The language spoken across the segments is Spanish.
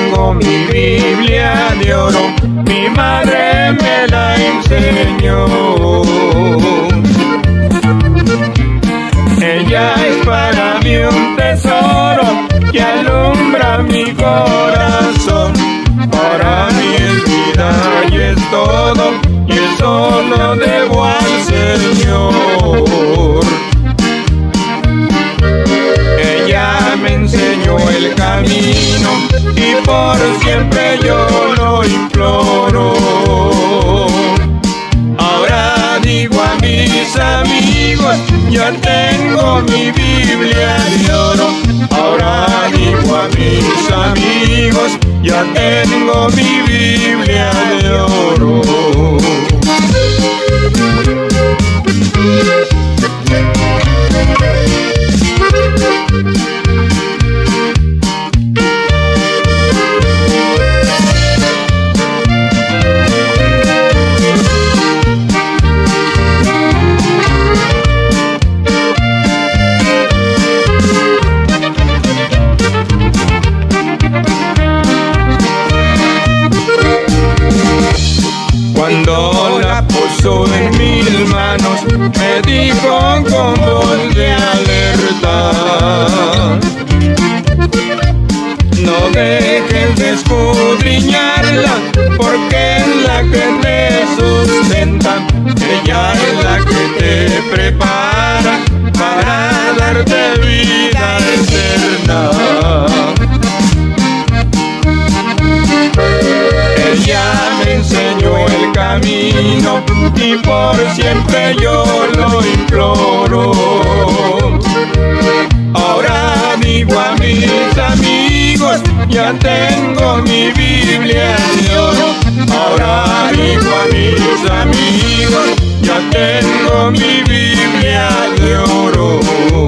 tengo mi Biblia de oro, mi madre me la enseñó. Ella es para mí un tesoro que alumbra mi corazón. Para mí es vida y es todo, y eso lo debo al Señor. Ella me enseñó el camino y por siempre yo lo imploro. Ahora digo a mis amigos, yo tengo mi Biblia de oro. Ahora digo a mis amigos, yo tengo mi Biblia de oro. Cuando la puso en mis manos, me dijo con voz de alerta: no dejes de escudriñarla, porque es la que te sustenta. Ella es la que te prepara para darte vida eterna. Ella me enseñó el camino y por siempre yo lo imploro. Ahora digo a mis amigos, ya tengo mi Biblia de oro. Ahora digo a mis amigos, ya tengo mi Biblia de oro.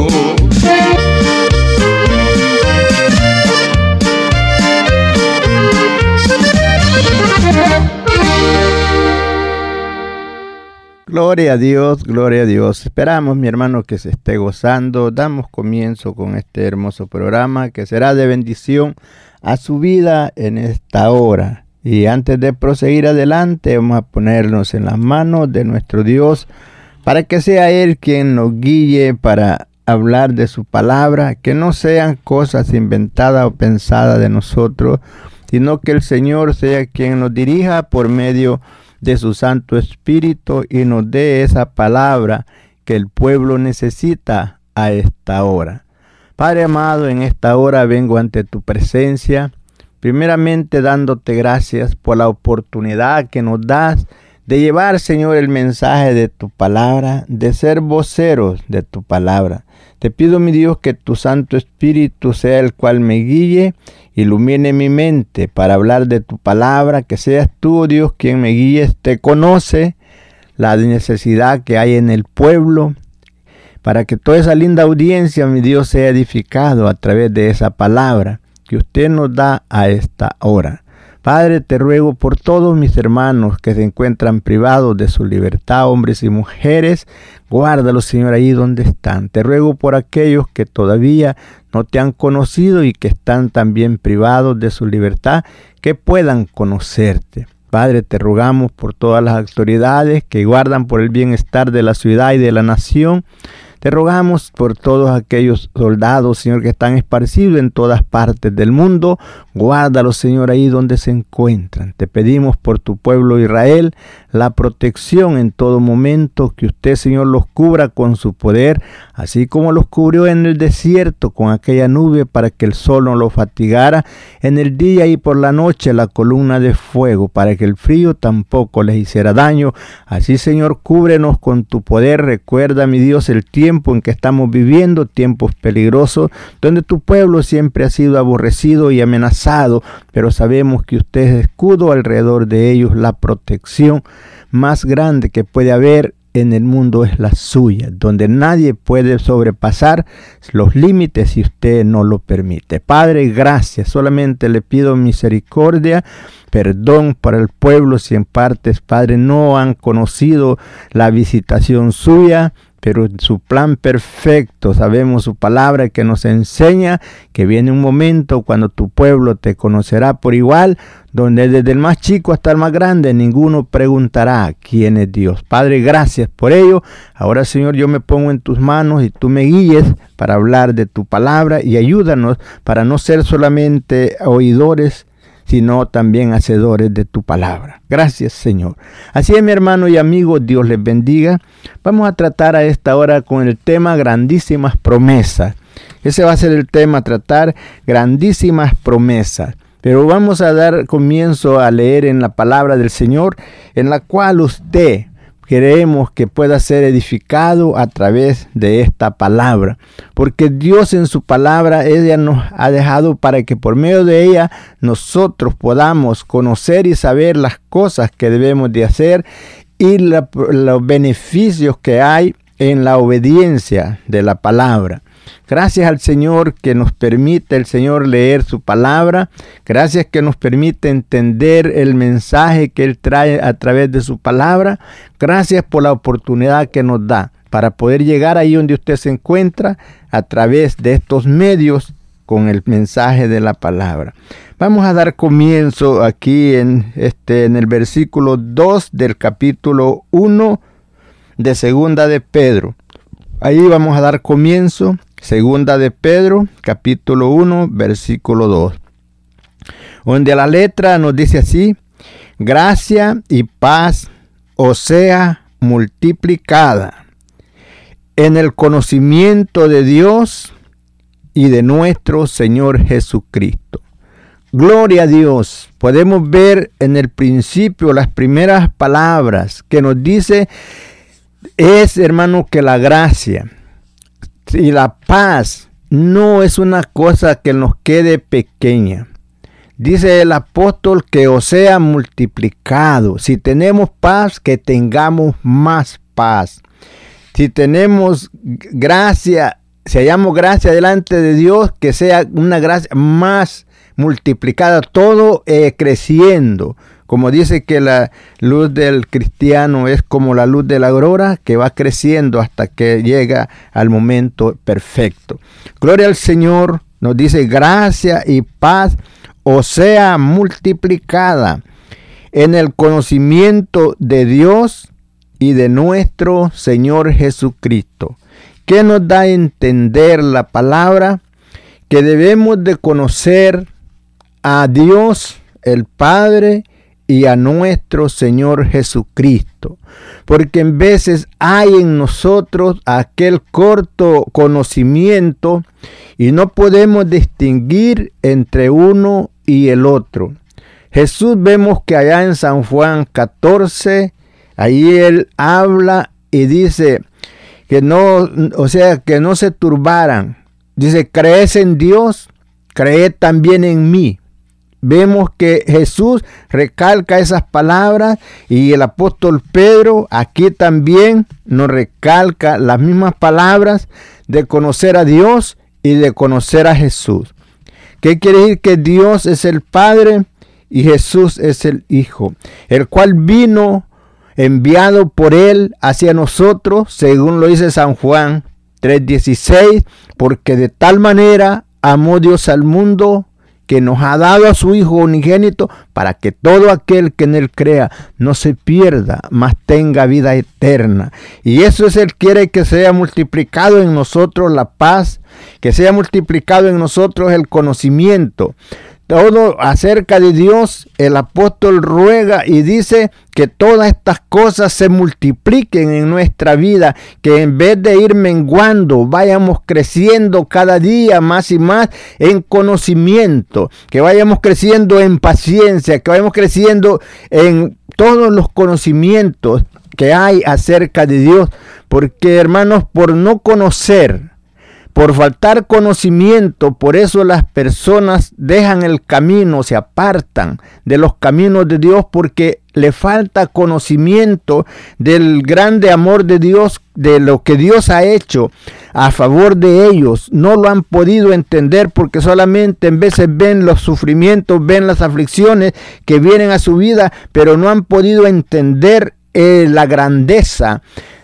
Gloria a Dios, gloria a Dios. Esperamos, mi hermano, que se esté gozando. Damos comienzo con este hermoso programa que será de bendición a su vida en esta hora. Y antes de proseguir adelante, vamos a ponernos en las manos de nuestro Dios para que sea Él quien nos guíe para hablar de su palabra, que no sean cosas inventadas o pensadas de nosotros, sino que el Señor sea quien nos dirija por medio de su Santo Espíritu y nos dé esa palabra que el pueblo necesita a esta hora. Padre amado, en esta hora vengo ante tu presencia, primeramente dándote gracias por la oportunidad que nos das de llevar, Señor, el mensaje de tu palabra, de ser voceros de tu palabra. Te pido, mi Dios, que tu Santo Espíritu sea el cual me guíe, ilumine mi mente para hablar de tu palabra, que seas tú, Dios, quien me guíes. Te conoce la necesidad que hay en el pueblo, para que toda esa linda audiencia, mi Dios, sea edificado a través de esa palabra que usted nos da a esta hora. Padre, te ruego por todos mis hermanos que se encuentran privados de su libertad, hombres y mujeres, guárdalos, Señor, ahí donde están. Te ruego por aquellos que todavía no te han conocido y que están también privados de su libertad, que puedan conocerte. Padre, te rogamos por todas las autoridades que guardan por el bienestar de la ciudad y de la nación. Te rogamos por todos aquellos soldados, Señor, que están esparcidos en todas partes del mundo. Guárdalos, Señor, ahí donde se encuentran. Te pedimos por tu pueblo Israel la protección en todo momento, que usted, Señor, los cubra con su poder, así como los cubrió en el desierto con aquella nube para que el sol no los fatigara en el día, y por la noche la columna de fuego para que el frío tampoco les hiciera daño. Así, Señor, cúbrenos con tu poder. Recuerda, mi Dios, el tiempo en que estamos viviendo, tiempos peligrosos, donde tu pueblo siempre ha sido aborrecido y amenazado, pero sabemos que usted es escudo alrededor de ellos. La protección más grande que puede haber en el mundo es la suya, donde nadie puede sobrepasar los límites si usted no lo permite. Padre, gracias. Solamente le pido misericordia, perdón para el pueblo si en partes, Padre, no han conocido la visitación suya. pero su plan perfecto, sabemos su palabra que nos enseña que viene un momento cuando tu pueblo te conocerá por igual, donde desde el más chico hasta el más grande ninguno preguntará quién es Dios. Padre, gracias por ello. Ahora, Señor, yo me pongo en tus manos y tú me guíes para hablar de tu palabra y ayúdanos para no ser solamente oidores, sino también hacedores de tu palabra. Gracias, Señor. Así es, mi hermano y amigo, Dios les bendiga. Vamos a tratar a esta hora con el tema grandísimas promesas. Ese va a ser el tema, tratar grandísimas promesas. Pero vamos a dar comienzo a leer en la palabra del Señor, en la cual usted queremos que pueda ser edificado a través de esta palabra. Porque Dios en su palabra, ella nos ha dejado para que por medio de ella nosotros podamos conocer y saber las cosas que debemos de hacer y los beneficios que hay en la obediencia de la palabra. Gracias al Señor que nos permite el Señor leer su palabra. Gracias que nos permite entender el mensaje que Él trae a través de su palabra. Gracias por la oportunidad que nos da para poder llegar ahí donde usted se encuentra a través de estos medios con el mensaje de la palabra. Vamos a dar comienzo aquí en el versículo 2 del capítulo 1 de Segunda de Pedro. Ahí vamos a dar comienzo. Segunda de Pedro, capítulo 1, versículo 2. Donde la letra nos dice así: gracia y paz os sea multiplicada en el conocimiento de Dios y de nuestro Señor Jesucristo. Gloria a Dios. Podemos ver en el principio las primeras palabras que nos dice, hermano, que la gracia y la paz no es una cosa que nos quede pequeña. Dice el apóstol que os sea multiplicado. Si tenemos paz, que tengamos más paz. Si tenemos gracia, si hallamos gracia delante de Dios, que sea una gracia más multiplicada, todo creciendo. Como dice que la luz del cristiano es como la luz de la aurora, que va creciendo hasta que llega al momento perfecto. Gloria al Señor, nos dice gracia y paz os sea multiplicada en el conocimiento de Dios y de nuestro Señor Jesucristo. ¿Qué nos da a entender la palabra? Que debemos de conocer a Dios, el Padre, y a nuestro Señor Jesucristo, porque en veces hay en nosotros aquel corto conocimiento y no podemos distinguir entre uno y el otro. Jesús, vemos que allá en San Juan 14, ahí Él habla y dice que no se turbaran. Dice, ¿crees en Dios? Creed también en mí. Vemos que Jesús recalca esas palabras y el apóstol Pedro aquí también nos recalca las mismas palabras de conocer a Dios y de conocer a Jesús. ¿Qué quiere decir? Que Dios es el Padre y Jesús es el Hijo, el cual vino enviado por Él hacia nosotros, según lo dice San Juan 3:16, porque de tal manera amó Dios al mundo que nos ha dado a su Hijo unigénito, para que todo aquel que en Él crea no se pierda, mas tenga vida eterna. Y eso es Él quiere, que sea multiplicado en nosotros la paz, que sea multiplicado en nosotros el conocimiento. Todo acerca de Dios, el apóstol ruega y dice que todas estas cosas se multipliquen en nuestra vida, que en vez de ir menguando, vayamos creciendo cada día más y más en conocimiento, que vayamos creciendo en paciencia, que vayamos creciendo en todos los conocimientos que hay acerca de Dios, porque hermanos, por no conocer, por faltar conocimiento, por eso las personas dejan el camino, se apartan de los caminos de Dios, porque le falta conocimiento del grande amor de Dios, de lo que Dios ha hecho a favor de ellos. No lo han podido entender porque solamente en veces ven los sufrimientos, ven las aflicciones que vienen a su vida, pero no han podido entender la grandeza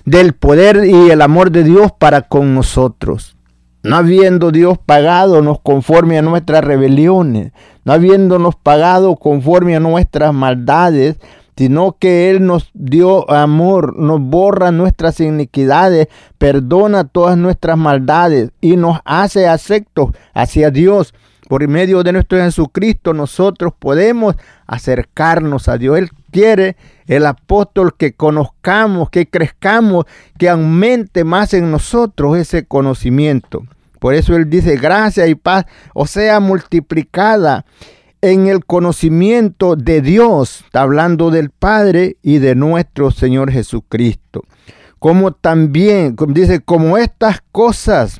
del poder y el amor de Dios para con nosotros. No habiendo Dios pagadonos conforme a nuestras rebeliones, no habiéndonos pagado conforme a nuestras maldades, sino que Él nos dio amor, nos borra nuestras iniquidades, perdona todas nuestras maldades y nos hace aceptos hacia Dios. Por medio de nuestro Jesucristo nosotros podemos acercarnos a Dios. Él quiere, el apóstol, que conozcamos, que crezcamos, que aumente más en nosotros ese conocimiento. Por eso Él dice: gracia y paz os sea multiplicada en el conocimiento de Dios. Está hablando del Padre y de nuestro Señor Jesucristo. Como también, dice, como estas cosas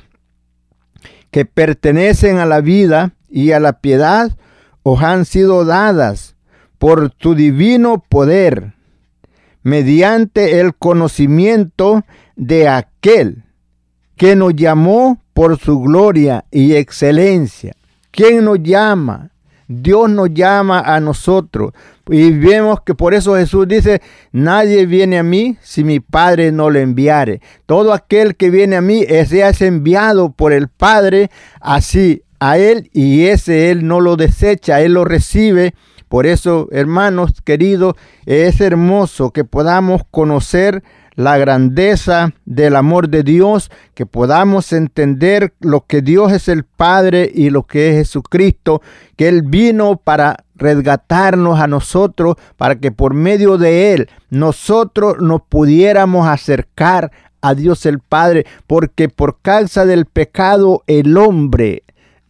que pertenecen a la vida y a la piedad os han sido dadas por su divino poder, mediante el conocimiento de aquel que nos llamó por su gloria y excelencia. ¿Quién nos llama? Dios nos llama a nosotros. Y vemos que por eso Jesús dice: nadie viene a mí si mi Padre no lo enviare. Todo aquel que viene a mí, ese es enviado por el Padre, así a Él, y ese Él no lo desecha, Él lo recibe. Por eso, hermanos queridos, es hermoso que podamos conocer la grandeza del amor de Dios, que podamos entender lo que Dios es el Padre y lo que es Jesucristo, que Él vino para resgatarnos a nosotros, para que por medio de Él nosotros nos pudiéramos acercar a Dios el Padre, porque por causa del pecado el hombre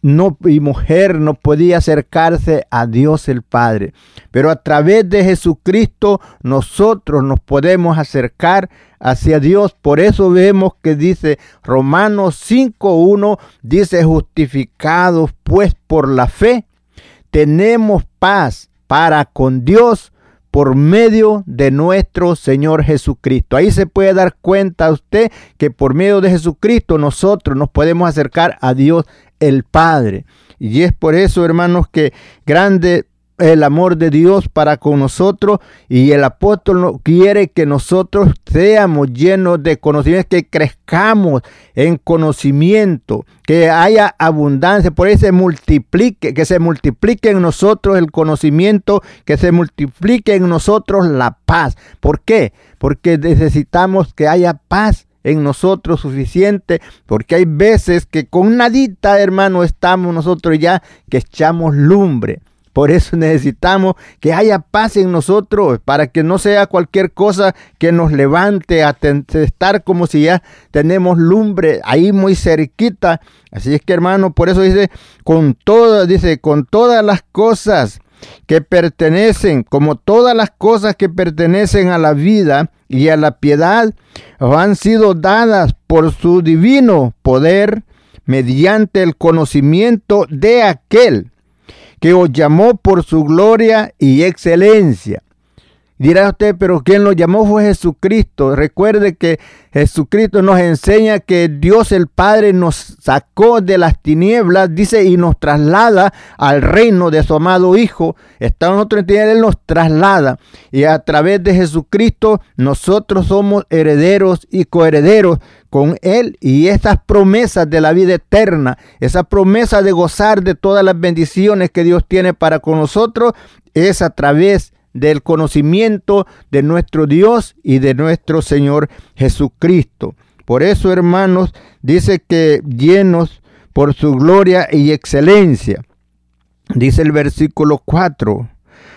y mujer no podía acercarse a Dios el Padre, pero a través de Jesucristo nosotros nos podemos acercar hacia Dios. Por eso vemos que dice Romanos 5:1, dice: justificados pues por la fe, tenemos paz para con Dios por medio de nuestro Señor Jesucristo. Ahí se puede dar cuenta usted que por medio de Jesucristo nosotros nos podemos acercar a Dios el Padre. Y es por eso, hermanos, que grande el amor de Dios para con nosotros, y el apóstol quiere que nosotros seamos llenos de conocimiento, que crezcamos en conocimiento, que haya abundancia, por eso que se multiplique en nosotros el conocimiento, que se multiplique en nosotros la paz. ¿Por qué? Porque necesitamos que haya paz en nosotros suficiente, porque hay veces que con nadita, hermano, estamos nosotros ya que echamos lumbre. Por eso necesitamos que haya paz en nosotros, para que no sea cualquier cosa que nos levante a estar como si ya tenemos lumbre ahí muy cerquita. Así es que, hermano, por eso dice con todas las cosas que pertenecen, como todas las cosas que pertenecen a la vida y a la piedad, os han sido dadas por su divino poder, mediante el conocimiento de aquel que os llamó por su gloria y excelencia. Dirá usted: pero quien lo llamó fue Jesucristo. Recuerde que Jesucristo nos enseña que Dios el Padre nos sacó de las tinieblas, dice, y nos traslada al reino de su amado Hijo. Está en otro entidad, Él nos traslada. Y a través de Jesucristo nosotros somos herederos y coherederos con Él. Y esas promesas de la vida eterna, esa promesa de gozar de todas las bendiciones que Dios tiene para con nosotros, es a través del conocimiento de nuestro Dios y de nuestro Señor Jesucristo. Por eso, hermanos, dice que llenos por su gloria y excelencia. Dice el versículo 4,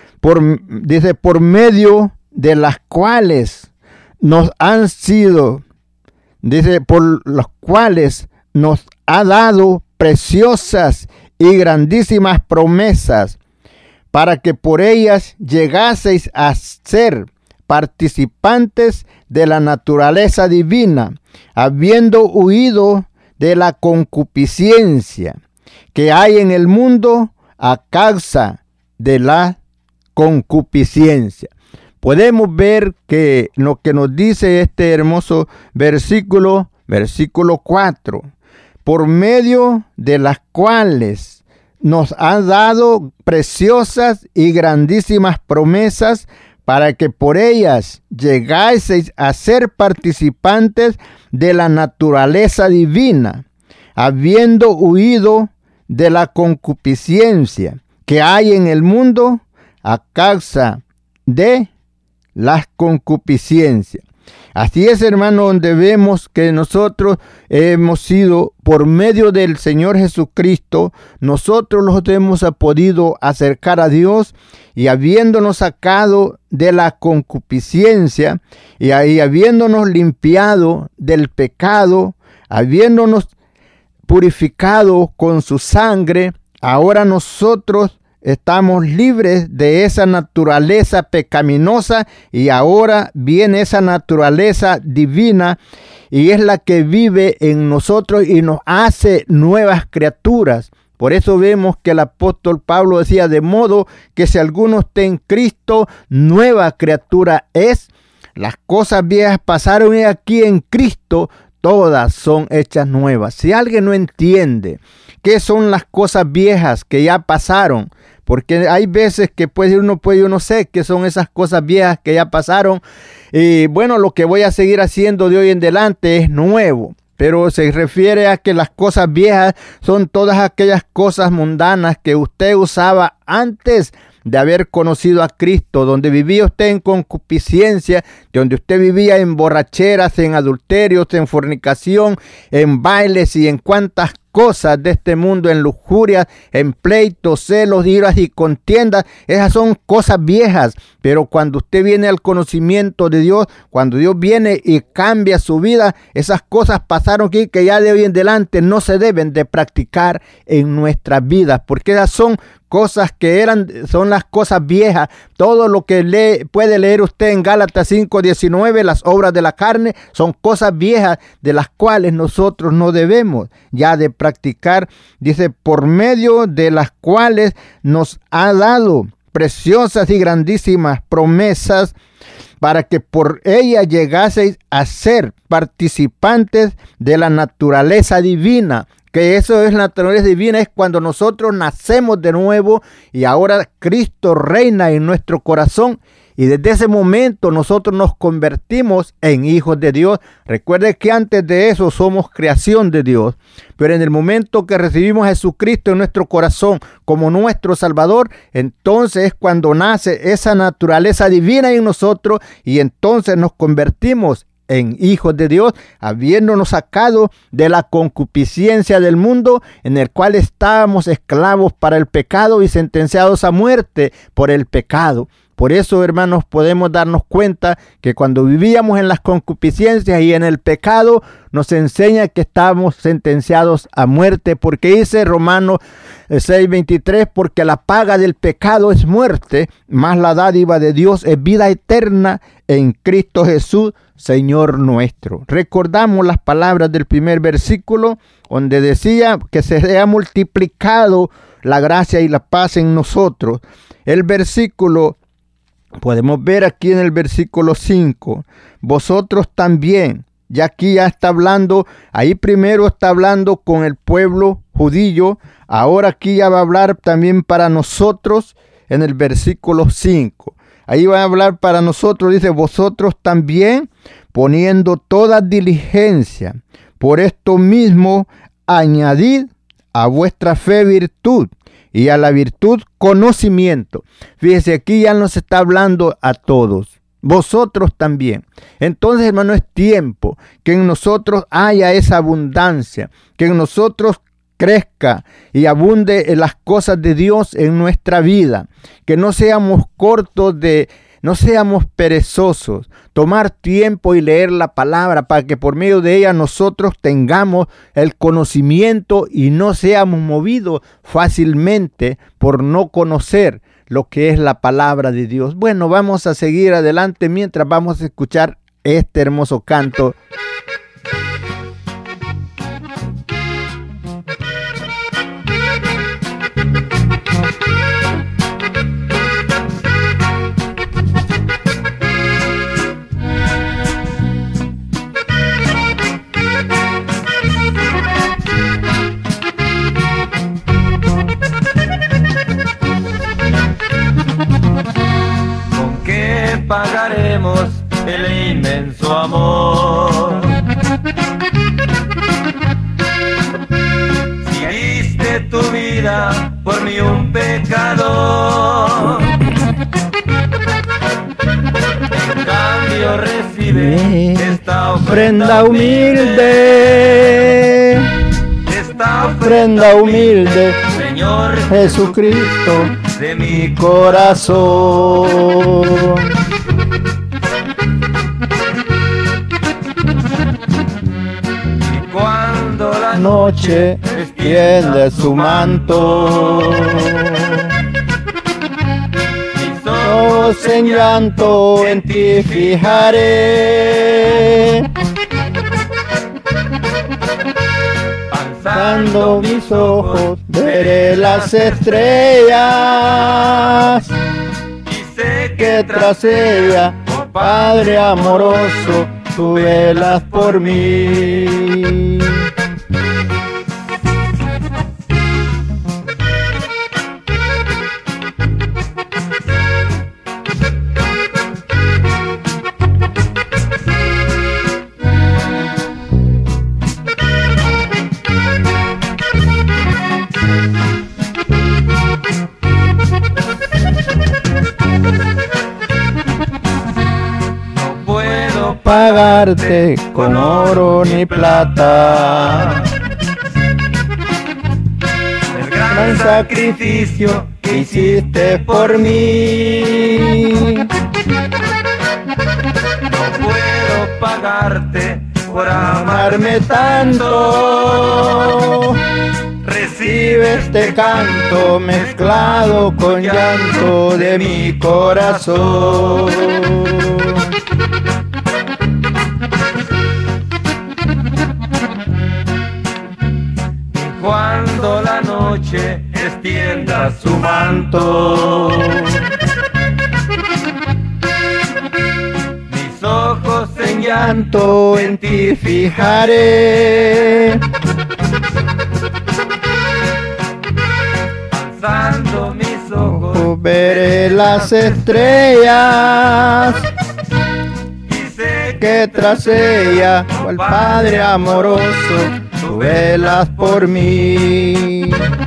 dice: por medio de las cuales nos han sido, dice, por los cuales nos ha dado preciosas y grandísimas promesas, para que por ellas llegaseis a ser participantes de la naturaleza divina, habiendo huido de la concupiscencia que hay en el mundo a causa de la concupiscencia. Podemos ver que lo que nos dice este hermoso versículo 4, por medio de las cuales nos han dado preciosas y grandísimas promesas, para que por ellas llegaseis a ser participantes de la naturaleza divina, habiendo huido de la concupiscencia que hay en el mundo a causa de las concupiscencias. Así es, hermano, donde vemos que nosotros hemos sido, por medio del Señor Jesucristo, nosotros los hemos podido acercar a Dios, y habiéndonos sacado de la concupiscencia y habiéndonos limpiado del pecado, habiéndonos purificado con su sangre, ahora nosotros estamos libres de esa naturaleza pecaminosa, y ahora viene esa naturaleza divina, y es la que vive en nosotros y nos hace nuevas criaturas. Por eso vemos que el apóstol Pablo decía: de modo que si alguno está en Cristo, nueva criatura es. Las cosas viejas pasaron, y aquí en Cristo todas son hechas nuevas. Si alguien no entiende qué son las cosas viejas que ya pasaron, porque hay veces que yo no sé qué son esas cosas viejas que ya pasaron, y bueno, lo que voy a seguir haciendo de hoy en adelante es nuevo. Pero se refiere a que las cosas viejas son todas aquellas cosas mundanas que usted usaba antes de haber conocido a Cristo, donde vivía usted en concupiscencia, donde usted vivía en borracheras, en adulterios, en fornicación, en bailes y en cuantas cosas de este mundo, en lujurias, en pleitos, celos, iras y contiendas. Esas son cosas viejas, pero cuando usted viene al conocimiento de Dios, cuando Dios viene y cambia su vida, esas cosas pasaron aquí, que ya de hoy en adelante no se deben de practicar en nuestras vidas, porque esas son cosas que son las cosas viejas. Todo lo que puede leer usted en Gálatas 5:19, las obras de la carne, son cosas viejas de las cuales nosotros no debemos ya de practicar. Dice: por medio de las cuales nos ha dado preciosas y grandísimas promesas, para que por ella llegaseis a ser participantes de la naturaleza divina. Que eso es la naturaleza divina, es cuando nosotros nacemos de nuevo y ahora Cristo reina en nuestro corazón, y desde ese momento nosotros nos convertimos en hijos de Dios. Recuerde que antes de eso somos creación de Dios, pero en el momento que recibimos a Jesucristo en nuestro corazón como nuestro Salvador, entonces es cuando nace esa naturaleza divina en nosotros, y entonces nos convertimos en hijos de Dios, habiéndonos sacado de la concupiscencia del mundo, en el cual estábamos esclavos para el pecado y sentenciados a muerte por el pecado. Por eso, hermanos, podemos darnos cuenta que cuando vivíamos en las concupiscencias y en el pecado, nos enseña que estábamos sentenciados a muerte, porque dice Romanos 6:23, porque la paga del pecado es muerte, mas la dádiva de Dios es vida eterna en Cristo Jesús, Señor nuestro. Recordamos las palabras del primer versículo, donde decía que se ha multiplicado la gracia y la paz en nosotros. El versículo, podemos ver aquí en el versículo 5, vosotros también. Y aquí ya está hablando, ahí primero está hablando con el pueblo judío, ahora aquí ya va a hablar también para nosotros en el versículo 5. Ahí va a hablar para nosotros, dice: vosotros también, poniendo toda diligencia, por esto mismo añadid a vuestra fe virtud, y a la virtud conocimiento. Fíjese, aquí ya nos está hablando a todos. Vosotros también. Entonces, hermano, es tiempo que en nosotros haya esa abundancia, que en nosotros crezca y abunde en las cosas de Dios en nuestra vida, que no seamos no seamos perezosos, tomar tiempo y leer la palabra para que por medio de ella nosotros tengamos el conocimiento y no seamos movidos fácilmente por no conocer lo que es la palabra de Dios. Bueno, vamos a seguir adelante mientras vamos a escuchar este hermoso canto. pagaremos el inmenso amor. Si diste tu vida por mí un pecador, en cambio recibe esta ofrenda humilde, esta ofrenda humilde, Señor Jesucristo, de mi corazón. Y cuando la noche extiende su manto, mis ojos en llanto en ti fijaré, alzando mis ojos veré las estrellas, y sé que tras ella, oh Padre amoroso, tú velas por mí. Pagarte con oro ni plata el gran sacrificio que hiciste por mí. No puedo pagarte por amarme tanto. Recibe este canto mezclado con llanto de mi corazón. Cuando la noche extienda su manto, mis ojos en llanto en ti fijaré, alzando mis ojos veré las estrellas, y sé que tras ella, cual Padre amoroso, tú velas por mí.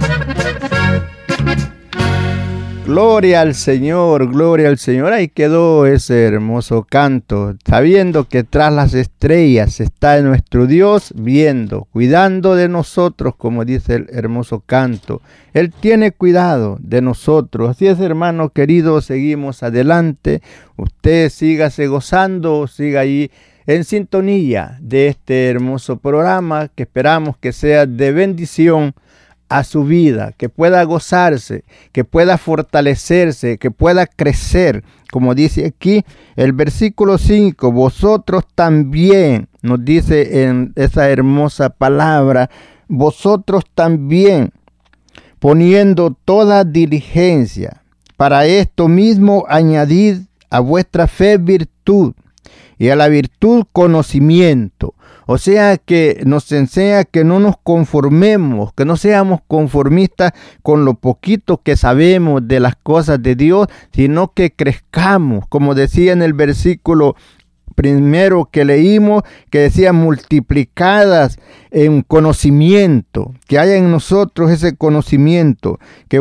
Gloria al Señor, gloria al Señor. Ahí quedó ese hermoso canto, sabiendo que tras las estrellas está nuestro Dios viendo, cuidando de nosotros, como dice el hermoso canto. Él tiene cuidado de nosotros. Así es, hermano querido, seguimos adelante. Usted sígase gozando, siga ahí en sintonía de este hermoso programa que esperamos que sea de bendición a su vida, que pueda gozarse, que pueda fortalecerse, que pueda crecer. Como dice aquí el versículo 5, vosotros también, nos dice en esa hermosa palabra, vosotros también, poniendo toda diligencia, para esto mismo añadid a vuestra fe virtud, y a la virtud conocimiento. O sea que nos enseña que no nos conformemos, que no seamos conformistas con lo poquito que sabemos de las cosas de Dios, sino que crezcamos, como decía en el versículo primero que leímos, que decía multiplicadas en conocimiento, que haya en nosotros ese conocimiento, que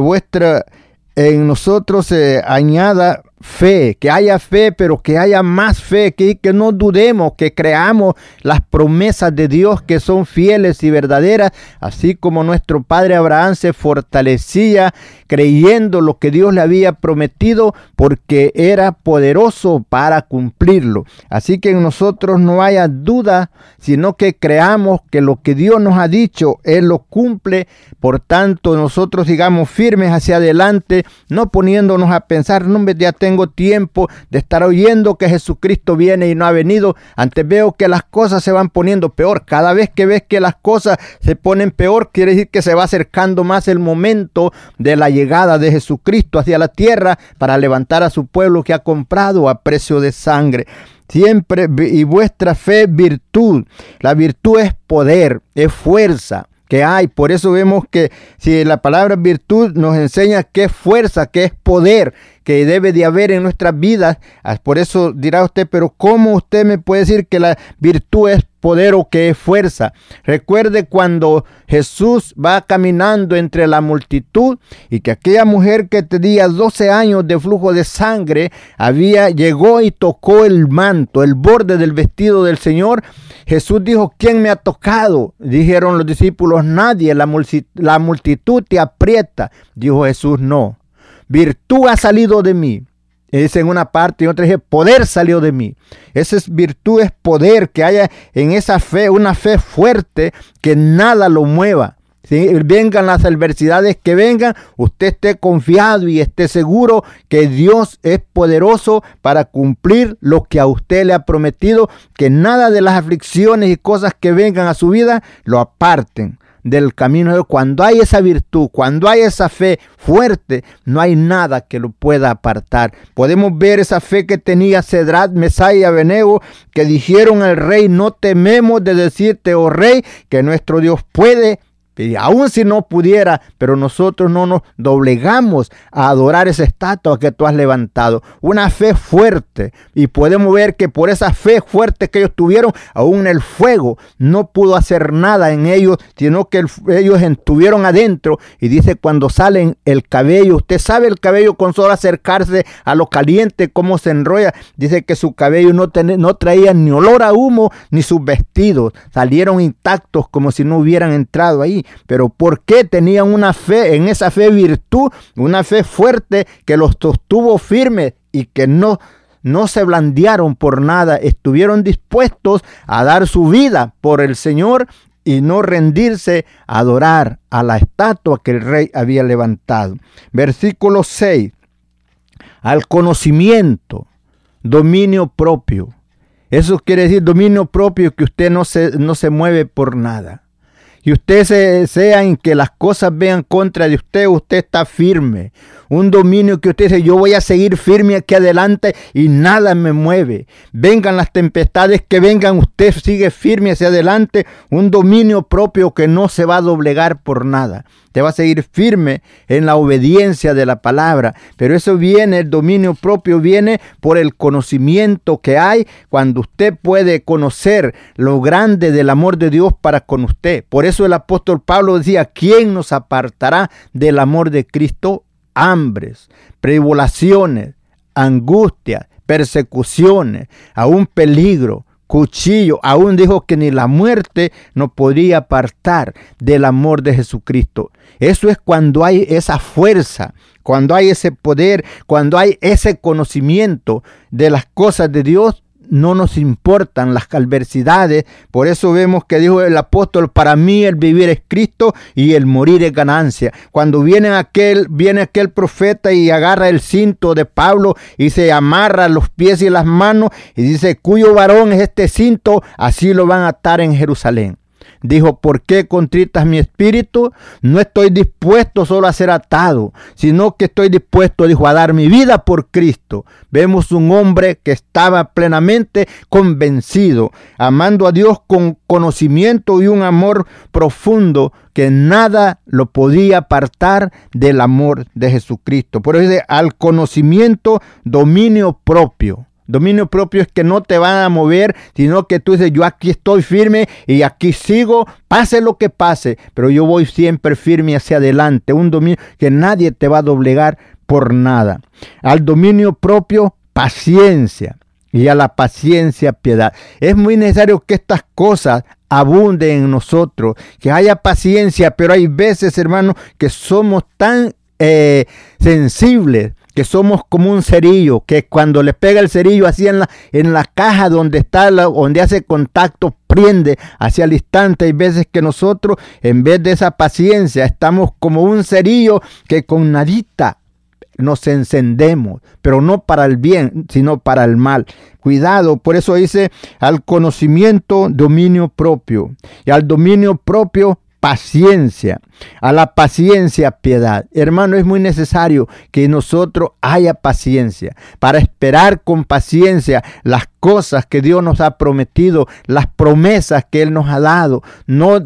en nosotros se añada fe, que haya fe, pero que haya más fe, que no dudemos, que creamos las promesas de Dios que son fieles y verdaderas, así como nuestro padre Abraham se fortalecía creyendo lo que Dios le había prometido, porque era poderoso para cumplirlo. Así que en nosotros no haya duda, sino que creamos que lo que Dios nos ha dicho, Él lo cumple. Por tanto, nosotros sigamos firmes hacia adelante, no poniéndonos a pensar, no, ya tengo tiempo de estar oyendo que Jesucristo viene y no ha venido. Antes veo que las cosas se van poniendo peor. Cada vez que ves que las cosas se ponen peor, quiere decir que se va acercando más el momento de la llegada de Jesucristo hacia la tierra para levantar a su pueblo que ha comprado a precio de sangre. Siempre, y vuestra fe virtud. La virtud es poder, es fuerza que hay. Por eso vemos que si la palabra virtud nos enseña que es fuerza, que es poder, que debe de haber en nuestras vidas. Por eso dirá usted, pero ¿cómo usted me puede decir que la virtud es poder o que es fuerza? Recuerde cuando Jesús va caminando entre la multitud y que aquella mujer que tenía 12 años de flujo de sangre llegó y tocó el manto, el borde del vestido del Señor. Jesús dijo, ¿quién me ha tocado? Dijeron los discípulos, nadie, la multitud te aprieta. Dijo Jesús, no, virtud ha salido de mí. Dice en una parte y en otra dice, poder salió de mí. Esa es virtud, es poder, que haya en esa fe, una fe fuerte, que nada lo mueva. Si vengan las adversidades que vengan, usted esté confiado y esté seguro que Dios es poderoso para cumplir lo que a usted le ha prometido, que nada de las aflicciones y cosas que vengan a su vida lo aparten del camino. Cuando hay esa virtud, cuando hay esa fe fuerte, no hay nada que lo pueda apartar. Podemos ver esa fe que tenía Sadrach, Mesach y Abednego, que dijeron al rey, no tememos de decirte, oh rey, que nuestro Dios puede. Y aun si no pudiera, pero nosotros no nos doblegamos a adorar esa estatua que tú has levantado. Una fe fuerte. Y podemos ver que por esa fe fuerte que ellos tuvieron, aún el fuego no pudo hacer nada en ellos, sino que ellos estuvieron adentro. Y dice, cuando salen el cabello, usted sabe el cabello con solo acercarse a lo caliente, cómo se enrolla. Dice que su cabello no traía ni olor a humo, ni sus vestidos. Salieron intactos como si no hubieran entrado ahí. Pero ¿por qué? Tenían una fe, en esa fe virtud, una fe fuerte que los sostuvo firmes y que no se blandearon por nada. Estuvieron dispuestos a dar su vida por el Señor y no rendirse a adorar a la estatua que el rey había levantado. Versículo 6. Al conocimiento, dominio propio. Eso quiere decir dominio propio, que usted no se mueve por nada. Y usted sea en que las cosas vean contra de usted está firme. Un dominio que usted dice, yo voy a seguir firme aquí adelante y nada me mueve. Vengan las tempestades que vengan, usted sigue firme hacia adelante. Un dominio propio que no se va a doblegar por nada. Te va a seguir firme en la obediencia de la palabra. Pero eso viene, el dominio propio viene por el conocimiento que hay cuando usted puede conocer lo grande del amor de Dios para con usted. Por eso el apóstol Pablo decía, ¿quién nos apartará del amor de Cristo? Hambres, tribulaciones, angustias, persecuciones, aún peligro, cuchillo. Aún dijo que ni la muerte nos podría apartar del amor de Jesucristo. Eso es cuando hay esa fuerza, cuando hay ese poder, cuando hay ese conocimiento de las cosas de Dios. No nos importan las adversidades. Por eso vemos que dijo el apóstol, para mí el vivir es Cristo y el morir es ganancia. Cuando viene aquel profeta y agarra el cinto de Pablo y se amarra los pies y las manos y dice, cuyo varón es este cinto, así lo van a atar en Jerusalén. Dijo, ¿por qué contritas mi espíritu? No estoy dispuesto solo a ser atado, sino que estoy dispuesto, dijo, a dar mi vida por Cristo. Vemos un hombre que estaba plenamente convencido, amando a Dios con conocimiento y un amor profundo que nada lo podía apartar del amor de Jesucristo. Por eso dice, al conocimiento, dominio propio. Dominio propio es que no te van a mover, sino que tú dices, yo aquí estoy firme y aquí sigo, pase lo que pase, pero yo voy siempre firme hacia adelante. Un dominio que nadie te va a doblegar por nada. Al dominio propio, paciencia, y a la paciencia, piedad. Es muy necesario que estas cosas abunden en nosotros, que haya paciencia, pero hay veces, hermanos, que somos tan sensibles, que somos como un cerillo, que cuando le pega el cerillo así en la caja donde hace contacto, prende hacia el instante. Hay veces que nosotros, en vez de esa paciencia, estamos como un cerillo que con nadita nos encendemos, pero no para el bien, sino para el mal. Cuidado, por eso dice, al conocimiento, dominio propio, y al dominio propio, paciencia, a la paciencia piedad. Hermano, es muy necesario que nosotros haya paciencia para esperar con paciencia las cosas que Dios nos ha prometido, las promesas que Él nos ha dado. No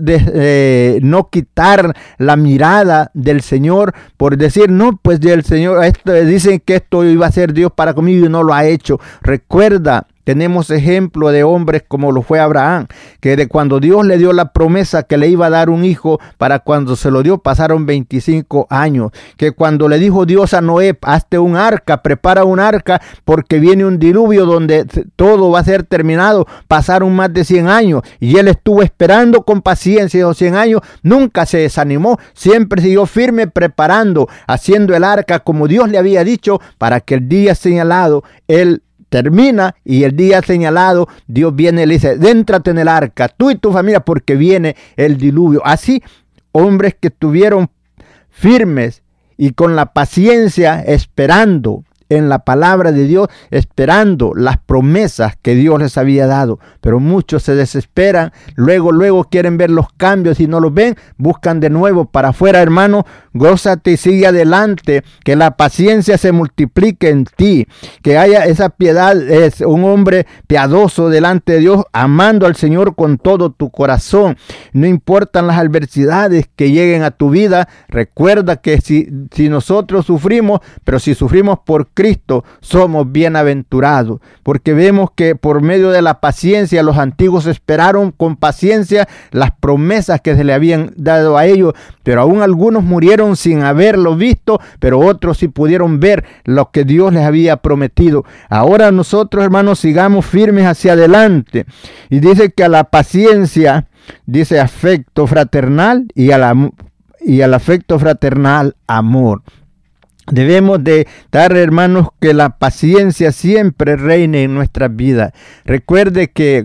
quitar la mirada del Señor por decir, no, pues del Señor, dicen que esto iba a ser Dios para conmigo y no lo ha hecho. Recuerda, tenemos ejemplo de hombres como lo fue Abraham, que de cuando Dios le dio la promesa que le iba a dar un hijo, para cuando se lo dio pasaron 25 años. Que cuando le dijo Dios a Noé, hazte un arca, prepara un arca, porque viene un diluvio donde todo va a ser terminado, pasaron más de 100 años. Y él estuvo esperando con paciencia esos 100 años, nunca se desanimó, siempre siguió firme preparando, haciendo el arca como Dios le había dicho, para que el día señalado, él termina y el día señalado Dios viene y le dice, déntrate en el arca, tú y tu familia, porque viene el diluvio. Así, hombres que estuvieron firmes y con la paciencia esperando en la palabra de Dios, esperando las promesas que Dios les había dado. Pero muchos se desesperan, luego quieren ver los cambios y no los ven, buscan de nuevo para afuera. Hermano, gózate y sigue adelante, que la paciencia se multiplique en ti, que haya esa piedad, es un hombre piadoso delante de Dios, amando al Señor con todo tu corazón. No importan las adversidades que lleguen a tu vida, recuerda que si nosotros sufrimos, pero si sufrimos por Cristo, somos bienaventurados, porque vemos que por medio de la paciencia los antiguos esperaron con paciencia las promesas que se le habían dado a ellos, pero aún algunos murieron sin haberlo visto, pero otros sí pudieron ver lo que Dios les había prometido. Ahora nosotros, hermanos, sigamos firmes hacia adelante. Y dice que a la paciencia, dice afecto fraternal, y al afecto fraternal, amor. Debemos de dar, hermanos, que la paciencia siempre reine en nuestras vidas. Recuerde que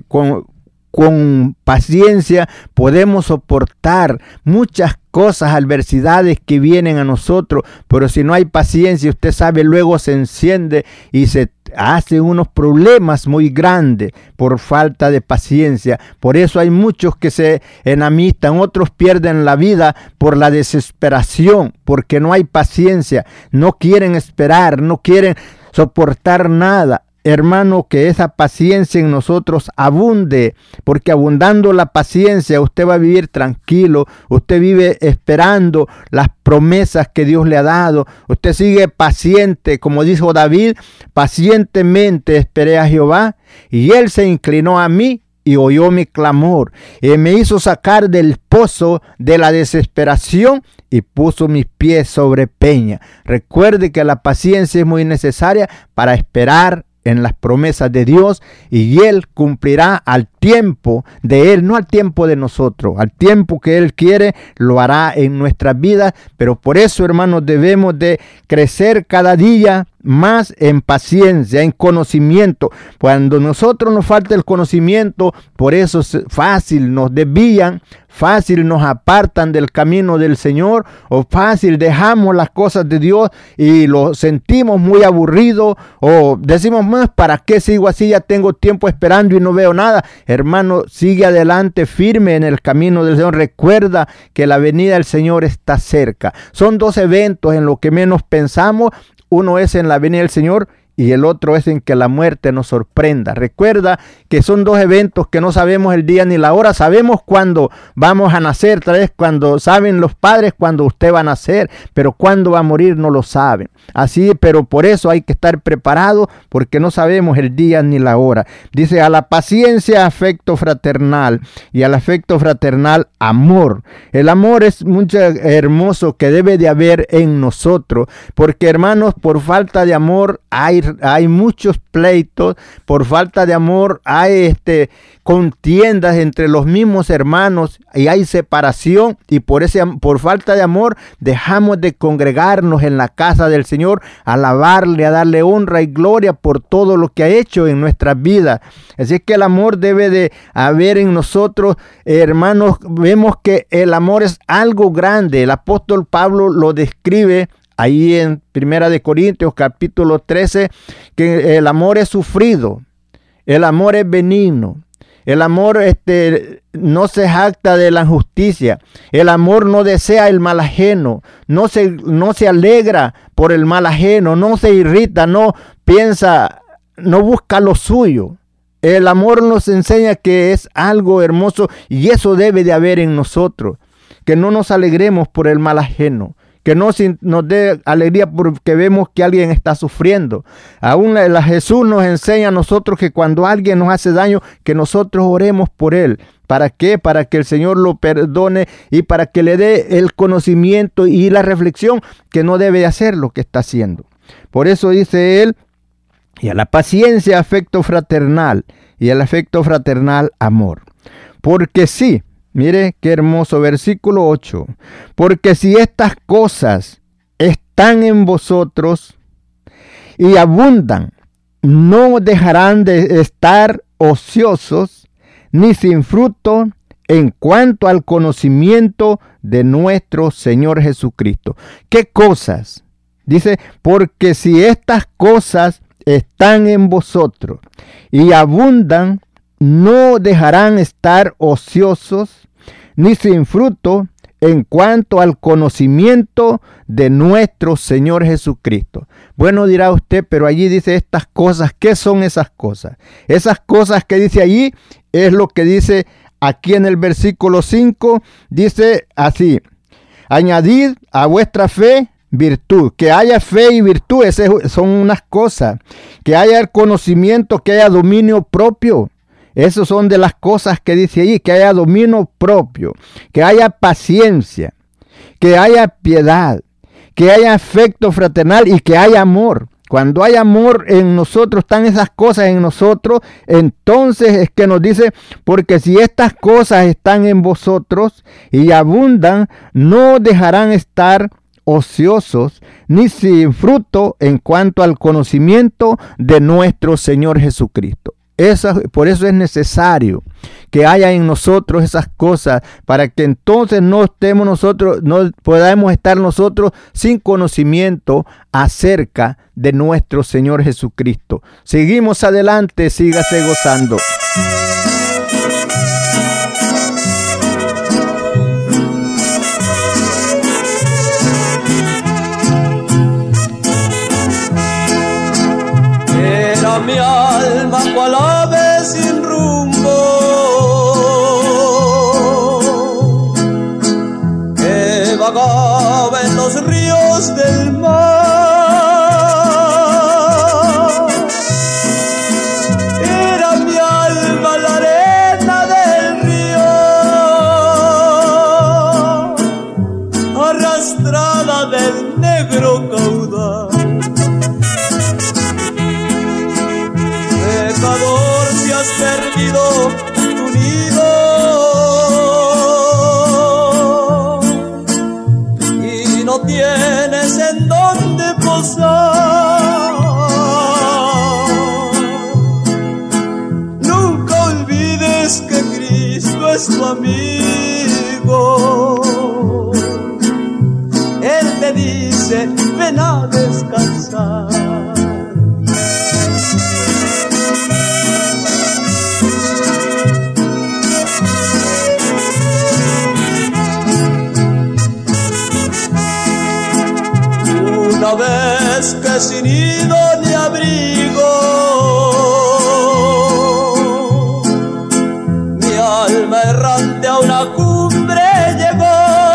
con paciencia podemos soportar muchas cosas, adversidades que vienen a nosotros, pero si no hay paciencia, usted sabe, luego se enciende y se hace unos problemas muy grandes por falta de paciencia. Por eso hay muchos que se enamistan, otros pierden la vida por la desesperación, porque no hay paciencia, no quieren esperar, no quieren soportar nada. Hermano, que esa paciencia en nosotros abunde, porque abundando la paciencia usted va a vivir tranquilo, usted vive esperando las promesas que Dios le ha dado, usted sigue paciente, como dijo David, pacientemente esperé a Jehová y él se inclinó a mí y oyó mi clamor y me hizo sacar del pozo de la desesperación y puso mis pies sobre peña. Recuerde que la paciencia es muy necesaria para esperar en las promesas de Dios, y Él cumplirá al tiempo de Él, no al tiempo de nosotros, al tiempo que Él quiere, lo hará en nuestras vidas. Pero por eso, hermanos, debemos de crecer cada día más en paciencia, en conocimiento. Cuando nosotros nos falta el conocimiento, por eso es fácil nos desvían, fácil nos apartan del camino del Señor, o fácil dejamos las cosas de Dios y lo sentimos muy aburrido, o decimos, más, ¿para qué sigo así? Ya tengo tiempo esperando y no veo nada. Hermano, sigue adelante firme en el camino del Señor. Recuerda que la venida del Señor está cerca. Son dos eventos en lo que menos pensamos. Uno es en la venida del Señor y el otro es en que la muerte nos sorprenda. Recuerda que son dos eventos que no sabemos el día ni la hora. Sabemos cuándo vamos a nacer, tal vez cuando saben los padres cuando usted va a nacer, pero cuándo va a morir no lo saben. Así, pero por eso hay que estar preparado, porque no sabemos el día ni la hora. Dice, a la paciencia afecto fraternal, y al afecto fraternal amor. El amor es mucho hermoso que debe de haber en nosotros, porque, hermanos, por falta de amor hay muchos pleitos, por falta de amor hay contiendas entre los mismos hermanos y hay separación, y por falta de amor dejamos de congregarnos en la casa del Señor, a alabarle, a darle honra y gloria por todo lo que ha hecho en nuestras vidas. Así que el amor debe de haber en nosotros, hermanos. Vemos que el amor es algo grande. El apóstol Pablo lo describe ahí en 1 de Corintios capítulo 13, que el amor es sufrido, el amor es benigno, El amor no se jacta de la injusticia. El amor no desea el mal ajeno. No se alegra por el mal ajeno. No se irrita, no piensa, no busca lo suyo. El amor nos enseña que es algo hermoso y eso debe de haber en nosotros. Que no nos alegremos por el mal ajeno. Que no nos dé alegría porque vemos que alguien está sufriendo. Aún Jesús nos enseña a nosotros que cuando alguien nos hace daño, que nosotros oremos por él. ¿Para qué? Para que el Señor lo perdone y para que le dé el conocimiento y la reflexión que no debe de hacer lo que está haciendo. Por eso dice él, y a la paciencia afecto fraternal, y al afecto fraternal amor. Porque sí, mire qué hermoso versículo 8. Porque si estas cosas están en vosotros y abundan, no dejarán de estar ociosos ni sin fruto en cuanto al conocimiento de nuestro Señor Jesucristo. ¿Qué cosas? Dice, porque si estas cosas están en vosotros y abundan, no dejarán estar ociosos ni sin fruto en cuanto al conocimiento de nuestro Señor Jesucristo. Bueno, dirá usted, pero allí dice estas cosas. ¿Qué son esas cosas? Esas cosas que dice allí es lo que dice aquí en el versículo 5. Dice así: añadid a vuestra fe virtud. Que haya fe y virtud, esas son unas cosas. Que haya el conocimiento, que haya dominio propio. Esas son de las cosas que dice allí, que haya dominio propio, que haya paciencia, que haya piedad, que haya afecto fraternal y que haya amor. Cuando hay amor en nosotros, están esas cosas en nosotros, entonces es que nos dice, porque si estas cosas están en vosotros y abundan, no dejarán estar ociosos ni sin fruto en cuanto al conocimiento de nuestro Señor Jesucristo. Por eso es necesario que haya en nosotros esas cosas, para que entonces no podamos estar nosotros sin conocimiento acerca de nuestro Señor Jesucristo. Seguimos adelante, sígase gozando. Era mi alma cual ave sin rumbo, que vagaba en los ríos del mar. Era mi alma la arena del río, arrastrada del negro caudal. Pecador, si has perdido tu nido y no tienes en dónde posar, nunca olvides que Cristo es tu amigo. Él te dice, ven a descansar. Una vez que sin nido ni abrigo, mi alma errante a una cumbre llegó.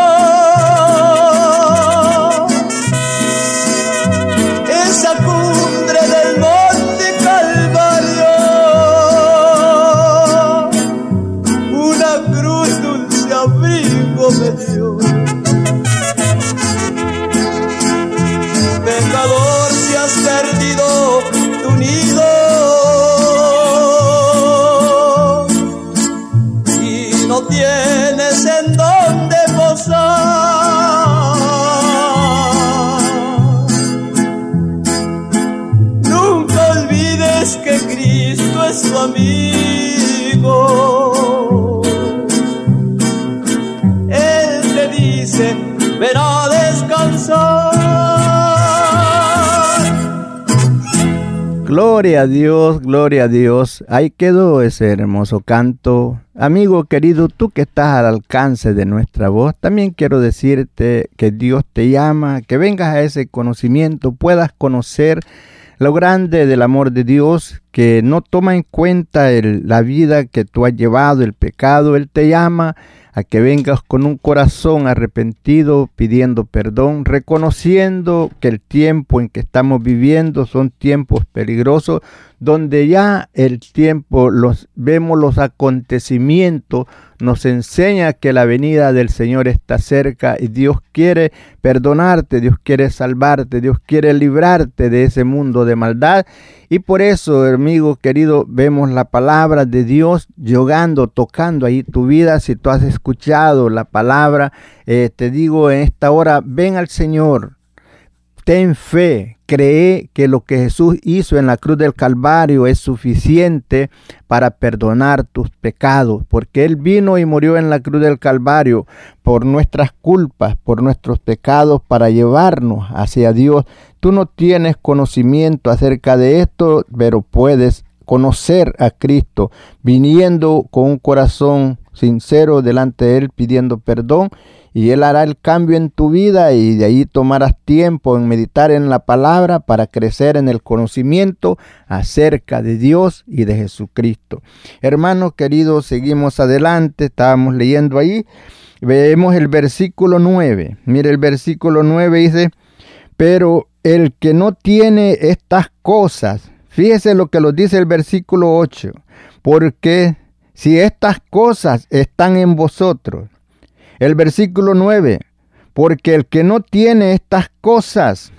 Esa cumbre del monte Calvario, una cruz dulce abrigo me dio. Pecador, si has perdido tu nido y no tienes en dónde posar, nunca olvides que Cristo es tu amigo. Él te dice, ven a descansar. Gloria a Dios, gloria a Dios. Ahí quedó ese hermoso canto. Amigo querido, tú que estás al alcance de nuestra voz, también quiero decirte que Dios te llama, que vengas a ese conocimiento, puedas conocer lo grande del amor de Dios, que no toma en cuenta la vida que tú has llevado, el pecado. Él te llama a que vengas con un corazón arrepentido, pidiendo perdón, reconociendo que el tiempo en que estamos viviendo son tiempos peligrosos, donde ya el tiempo, vemos los acontecimientos, nos enseña que la venida del Señor está cerca y Dios quiere perdonarte, Dios quiere salvarte, Dios quiere librarte de ese mundo de maldad. Y por eso, amigo querido, vemos la palabra de Dios llegando, tocando ahí tu vida. Si tú has escuchado la palabra, te digo en esta hora, ven al Señor. Ten fe, cree que lo que Jesús hizo en la cruz del Calvario es suficiente para perdonar tus pecados, porque Él vino y murió en la cruz del Calvario por nuestras culpas, por nuestros pecados, para llevarnos hacia Dios. Tú no tienes conocimiento acerca de esto, pero puedes conocer a Cristo viniendo con un corazón sincero delante de Él, pidiendo perdón. Y Él hará el cambio en tu vida y de ahí tomarás tiempo en meditar en la palabra para crecer en el conocimiento acerca de Dios y de Jesucristo. Hermanos queridos, seguimos adelante, estábamos leyendo ahí, vemos el versículo 9. Mire, el versículo 9 dice, pero el que no tiene estas cosas, fíjese lo que nos dice el versículo 8, porque si estas cosas están en vosotros, el versículo 9, porque el que no tiene estas cosas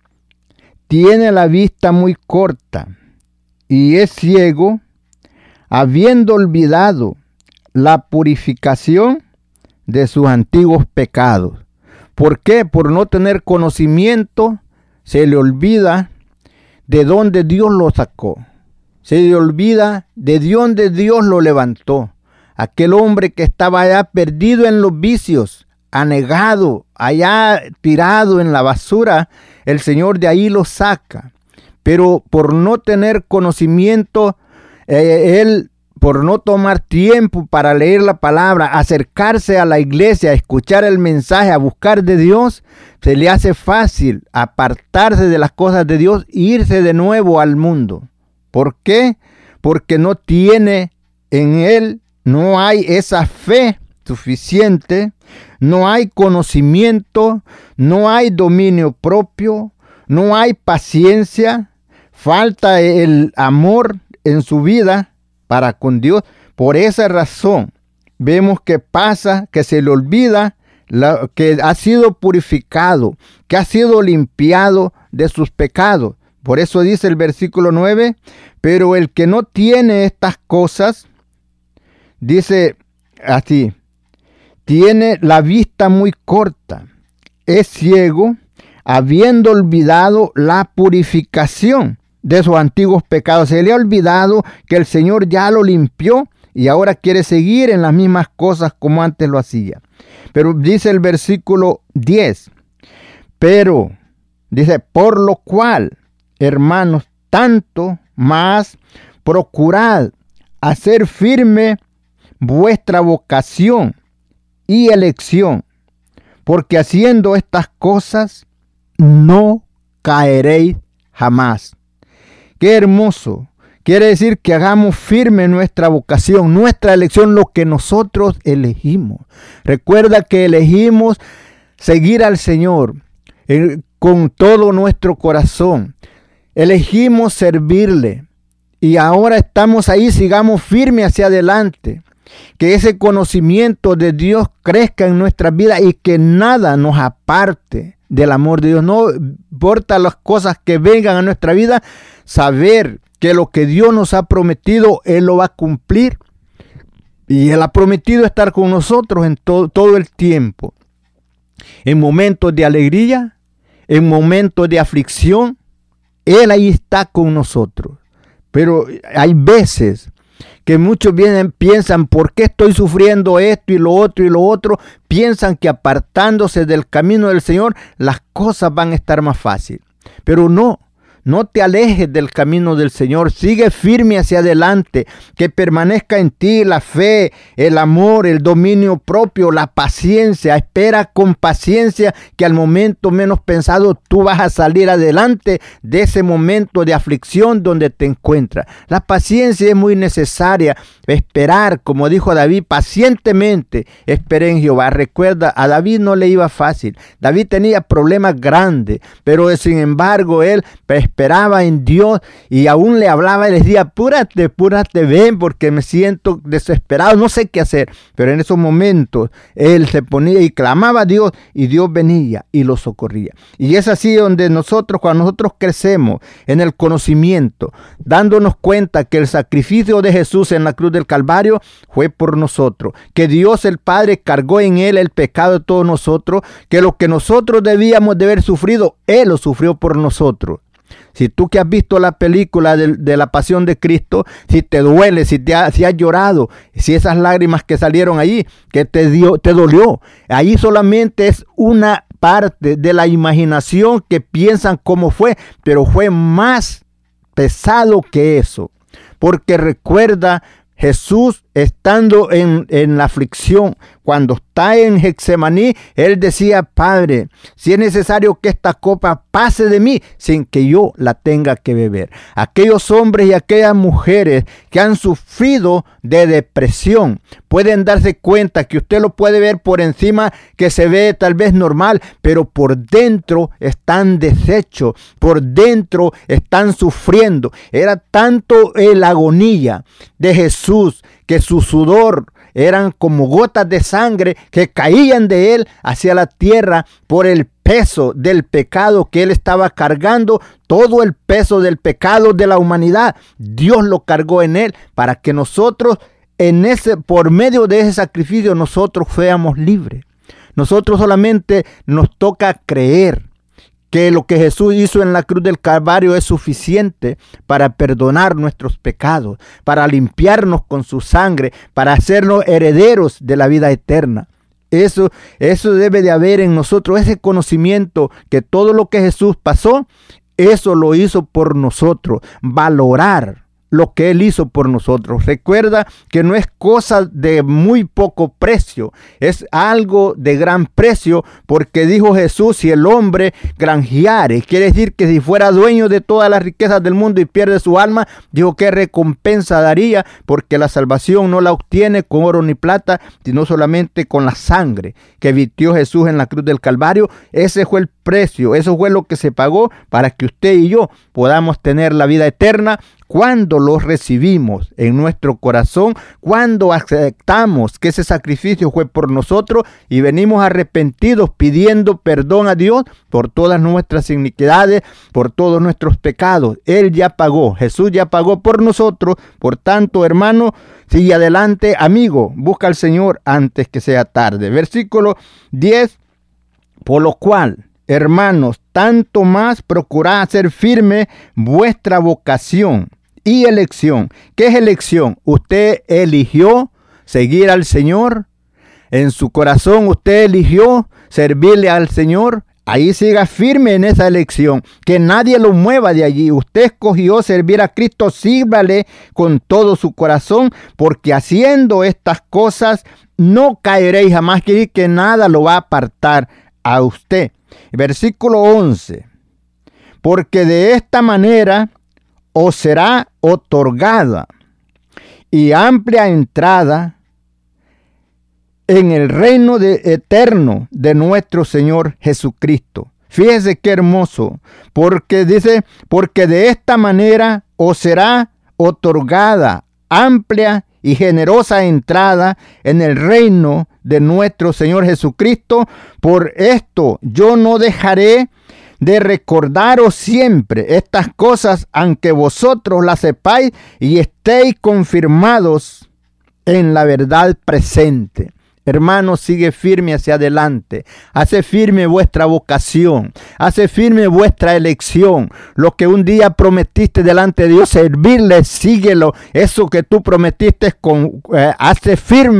tiene la vista muy corta y es ciego, habiendo olvidado la purificación de sus antiguos pecados. ¿Por qué? Por no tener conocimiento, se le olvida de dónde Dios lo sacó. Se le olvida de dónde Dios lo levantó. Aquel hombre que estaba allá perdido en los vicios, anegado, allá tirado en la basura, el Señor de ahí lo saca. Pero por no tener conocimiento, él, por no tomar tiempo para leer la palabra, acercarse a la iglesia, a escuchar el mensaje, a buscar de Dios, se le hace fácil apartarse de las cosas de Dios e irse de nuevo al mundo. ¿Por qué? Porque no tiene en él, no hay esa fe suficiente, no hay conocimiento, no hay dominio propio, no hay paciencia, falta el amor en su vida para con Dios. Por esa razón vemos que pasa, que se le olvida que ha sido purificado, que ha sido limpiado de sus pecados. Por eso dice el versículo 9, pero el que no tiene estas cosas, dice así, tiene la vista muy corta, es ciego, habiendo olvidado la purificación de sus antiguos pecados. Se le ha olvidado que el Señor ya lo limpió y ahora quiere seguir en las mismas cosas como antes lo hacía. Pero dice el versículo 10, pero, dice, por lo cual, hermanos, tanto más procurad hacer firme vuestra vocación y elección, porque haciendo estas cosas no caeréis jamás. Qué hermoso. Quiere decir que hagamos firme nuestra vocación, nuestra elección, lo que nosotros elegimos. Recuerda que elegimos seguir al Señor con todo nuestro corazón. Elegimos servirle y ahora estamos ahí, sigamos firmes hacia adelante. Que ese conocimiento de Dios crezca en nuestras vidas y que nada nos aparte del amor de Dios. No importa las cosas que vengan a nuestra vida, saber que lo que Dios nos ha prometido, Él lo va a cumplir. Y Él ha prometido estar con nosotros en todo el tiempo. En momentos de alegría, en momentos de aflicción, Él ahí está con nosotros. Pero hay veces que muchos piensan, ¿por qué estoy sufriendo esto y lo otro y lo otro? Piensan que apartándose del camino del Señor, las cosas van a estar más fáciles. Pero no No te alejes del camino del Señor. Sigue firme hacia adelante. Que permanezca en ti la fe, el amor, el dominio propio, la paciencia. Espera con paciencia que al momento menos pensado tú vas a salir adelante de ese momento de aflicción donde te encuentras. La paciencia es muy necesaria. Esperar, como dijo David, pacientemente esperé en Jehová. Recuerda, a David no le iba fácil. David tenía problemas grandes, pero sin embargo él esperaba en Dios y aún le hablaba y le decía, apúrate, ven, porque me siento desesperado, no sé qué hacer. Pero en esos momentos él se ponía y clamaba a Dios y Dios venía y lo socorría. Y es así donde nosotros, cuando nosotros crecemos en el conocimiento, dándonos cuenta que el sacrificio de Jesús en la cruz del Calvario fue por nosotros, que Dios el Padre cargó en él el pecado de todos nosotros, que lo que nosotros debíamos de haber sufrido, él lo sufrió por nosotros. Si tú que has visto la película de la Pasión de Cristo, si te duele, si has llorado, si esas lágrimas que salieron allí, que te dolió, ahí solamente es una parte de la imaginación que piensan cómo fue, pero fue más pesado que eso. Porque recuerda, Jesús estando en la aflicción, cuando está en Getsemaní, él decía, Padre, si es necesario que esta copa pase de mí sin que yo la tenga que beber. Aquellos hombres y aquellas mujeres que han sufrido de depresión pueden darse cuenta que usted lo puede ver por encima, que se ve tal vez normal, pero por dentro están deshechos, por dentro están sufriendo. Era tanto la agonía de Jesús que su sudor eran como gotas de sangre que caían de él hacia la tierra por el peso del pecado que él estaba cargando. Todo el peso del pecado de la humanidad, Dios lo cargó en él para que nosotros, por medio de ese sacrificio, nosotros fuéramos libres. Nosotros solamente nos toca creer que lo que Jesús hizo en la cruz del Calvario es suficiente para perdonar nuestros pecados, para limpiarnos con su sangre, para hacernos herederos de la vida eterna. Eso debe de haber en nosotros, ese conocimiento que todo lo que Jesús pasó, eso lo hizo por nosotros. Valorar lo que él hizo por nosotros. Recuerda que no es cosa de muy poco precio, es algo de gran precio, porque dijo Jesús, si el hombre granjeare, quiere decir que si fuera dueño de todas las riquezas del mundo y pierde su alma, dijo, ¿qué recompensa daría? Porque la salvación no la obtiene con oro ni plata, sino solamente con la sangre que vertió Jesús en la cruz del Calvario. Ese fue el precio, eso fue lo que se pagó para que usted y yo podamos tener la vida eterna. Cuando lo recibimos en nuestro corazón, cuando aceptamos que ese sacrificio fue por nosotros y venimos arrepentidos pidiendo perdón a Dios por todas nuestras iniquidades, por todos nuestros pecados. Él ya pagó, Jesús ya pagó por nosotros. Por tanto, hermano, sigue adelante, amigo, busca al Señor antes que sea tarde. Versículo 10, por lo cual, hermanos, tanto más procurad hacer firme vuestra vocación y elección. ¿Qué es elección? Usted eligió seguir al Señor. En su corazón usted eligió servirle al Señor. Ahí siga firme en esa elección. Que nadie lo mueva de allí. Usted escogió servir a Cristo. Sírvale con todo su corazón. Porque haciendo estas cosas no caeréis jamás. Quiere decir que nada lo va a apartar a usted. Versículo 11. Porque de esta manera os será otorgada y amplia entrada en el reino eterno de nuestro Señor Jesucristo. Fíjese qué hermoso, porque dice, porque de esta manera os será otorgada amplia y generosa entrada en el reino de nuestro Señor Jesucristo. Por esto yo no dejaré de recordaros siempre estas cosas, aunque vosotros las sepáis y estéis confirmados en la verdad presente. Hermanos, sigue firme hacia adelante. Hace firme vuestra vocación. Hace firme vuestra elección. Lo que un día prometiste delante de Dios, servirle, síguelo. Eso que tú prometiste, hace firme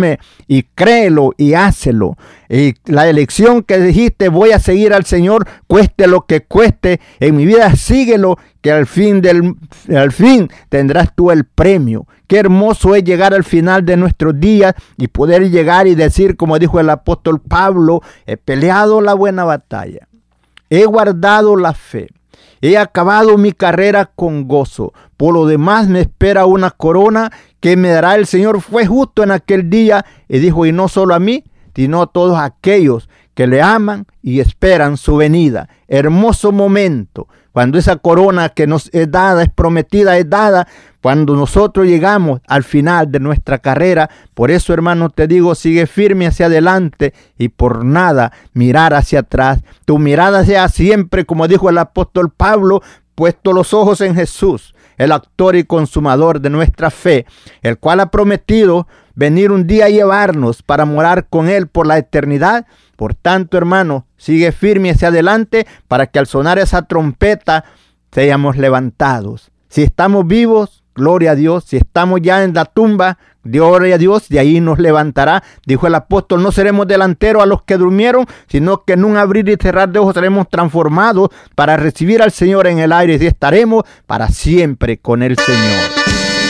y créelo y hácelo. Y la elección que dijiste, voy a seguir al Señor, cueste lo que cueste, en mi vida síguelo, que al fin tendrás tú el premio. Qué hermoso es llegar al final de nuestros días y poder llegar y decir, como dijo el apóstol Pablo, he peleado la buena batalla, he guardado la fe, he acabado mi carrera con gozo. Por lo demás me espera una corona que me dará el Señor. Fue justo en aquel día y dijo, y no solo a mí, sino a todos aquellos que le aman y esperan su venida. Hermoso momento, cuando esa corona que nos es dada, es prometida, es dada, cuando nosotros llegamos al final de nuestra carrera. Por eso, hermano, te digo, sigue firme hacia adelante y por nada mirar hacia atrás. Tu mirada sea siempre, como dijo el apóstol Pablo, puesto los ojos en Jesús, el autor y consumador de nuestra fe, el cual ha prometido venir un día a llevarnos para morar con Él por la eternidad. Por tanto, hermano, sigue firme hacia adelante para que al sonar esa trompeta seamos levantados. Si estamos vivos, gloria a Dios. Si estamos ya en la tumba, gloria a Dios, de ahí nos levantará. Dijo el apóstol, no seremos delanteros a los que durmieron, sino que en un abrir y cerrar de ojos seremos transformados para recibir al Señor en el aire y estaremos para siempre con el Señor.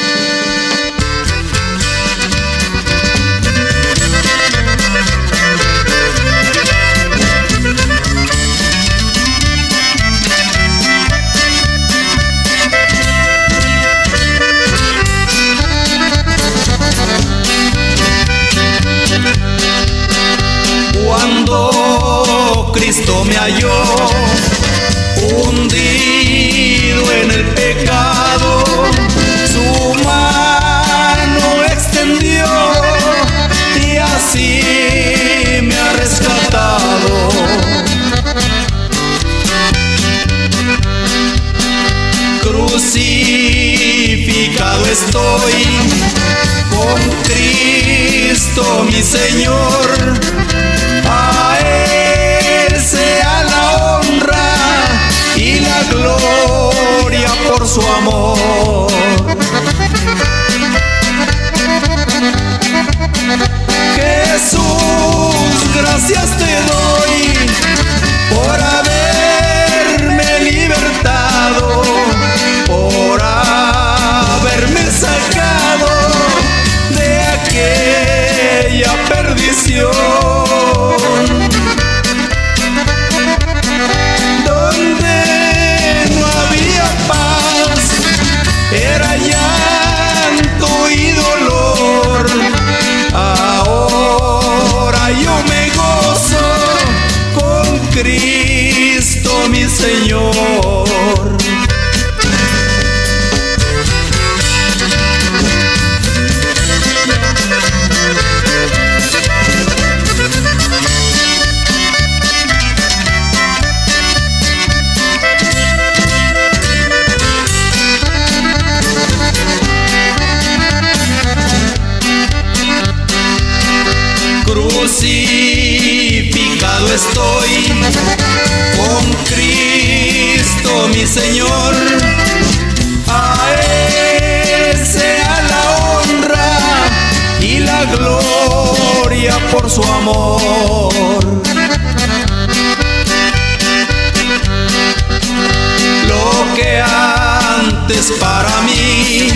Cuando Cristo me halló hundido en el pecado, su mano extendió y así me ha rescatado. Crucificado estoy con Cristo mi Señor. A Él sea la honra y la gloria por su amor. Jesús, gracias te doy por haberme libertado, por haberme sacado de aquella perdición. Era llanto y dolor, ahora yo me gozo con Cristo mi Señor. Crucificado estoy con Cristo mi Señor. A Él sea la honra y la gloria por su amor. Lo que antes para mí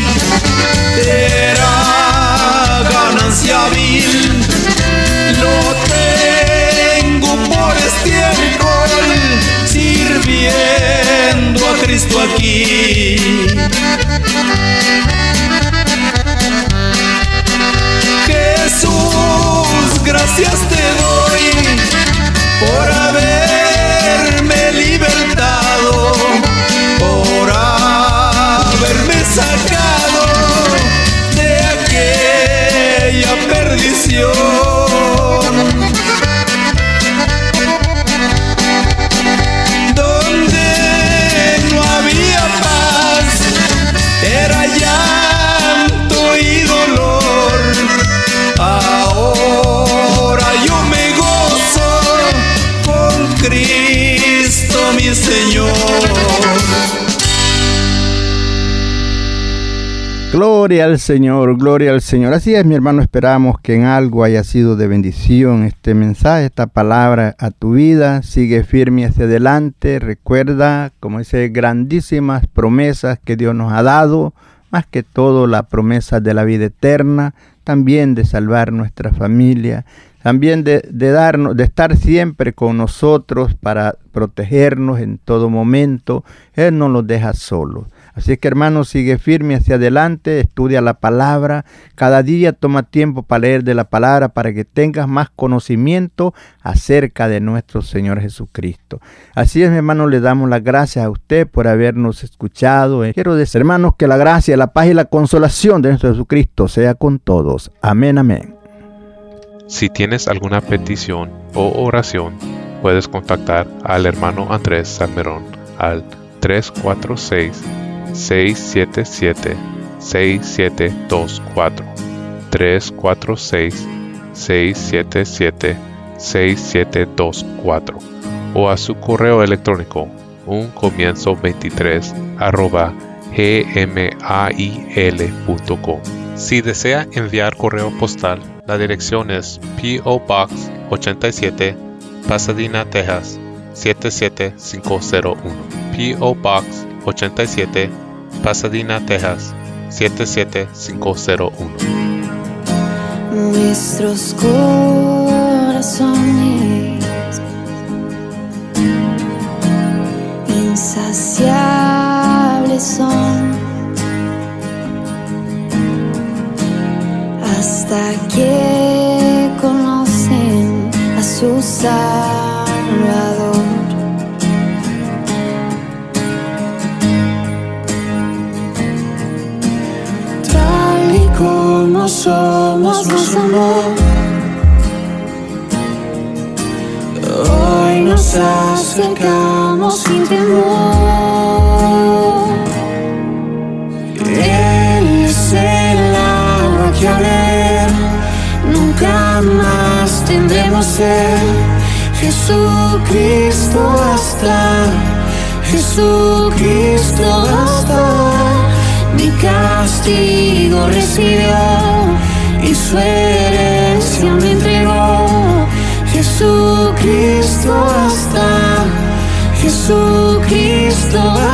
era ganancia vil, lo tengo por estiércol, sirviendo a Cristo aquí. Jesús, gracias te doy por haberme libertado, por haberme sacado de aquella perdición. Era llanto y dolor, ahora yo me gozo con Cristo mi Señor. Gloria al Señor, gloria al Señor. Así es, mi hermano, esperamos que en algo haya sido de bendición este mensaje, esta palabra a tu vida. Sigue firme hacia adelante. Recuerda, como dice, grandísimas promesas que Dios nos ha dado, más que todo la promesa de la vida eterna, también de salvar nuestra familia, también de estar siempre con nosotros para protegernos en todo momento. Él no nos deja solos. Así que, hermano, sigue firme hacia adelante, estudia la palabra. Cada día toma tiempo para leer de la palabra para que tengas más conocimiento acerca de nuestro Señor Jesucristo. Así es, mi hermano, le damos las gracias a usted por habernos escuchado. Quiero decir, hermanos, que la gracia, la paz y la consolación de nuestro Jesucristo sea con todos. Amén, amén. Si tienes alguna petición o oración, puedes contactar al hermano Andrés Salmerón al 346-677-6724, 346-677-6724, o a su correo electrónico uncomienzo23@gmail.com. Si desea enviar correo postal, la dirección es P.O. Box 87, Pasadena, Texas 77501. P.O. Box 87, Pasadena, Texas 77501. Nuestros corazones insaciables son hasta que conocen a su Salvador. Tal y como somos nos amó, hoy nos acercamos sin temor. Él es el agua que a ver nunca más tendremos sed. Jesucristo basta, Jesucristo basta. Mi castigo recibió y su herencia me entregó. Jesucristo basta, Jesucristo basta.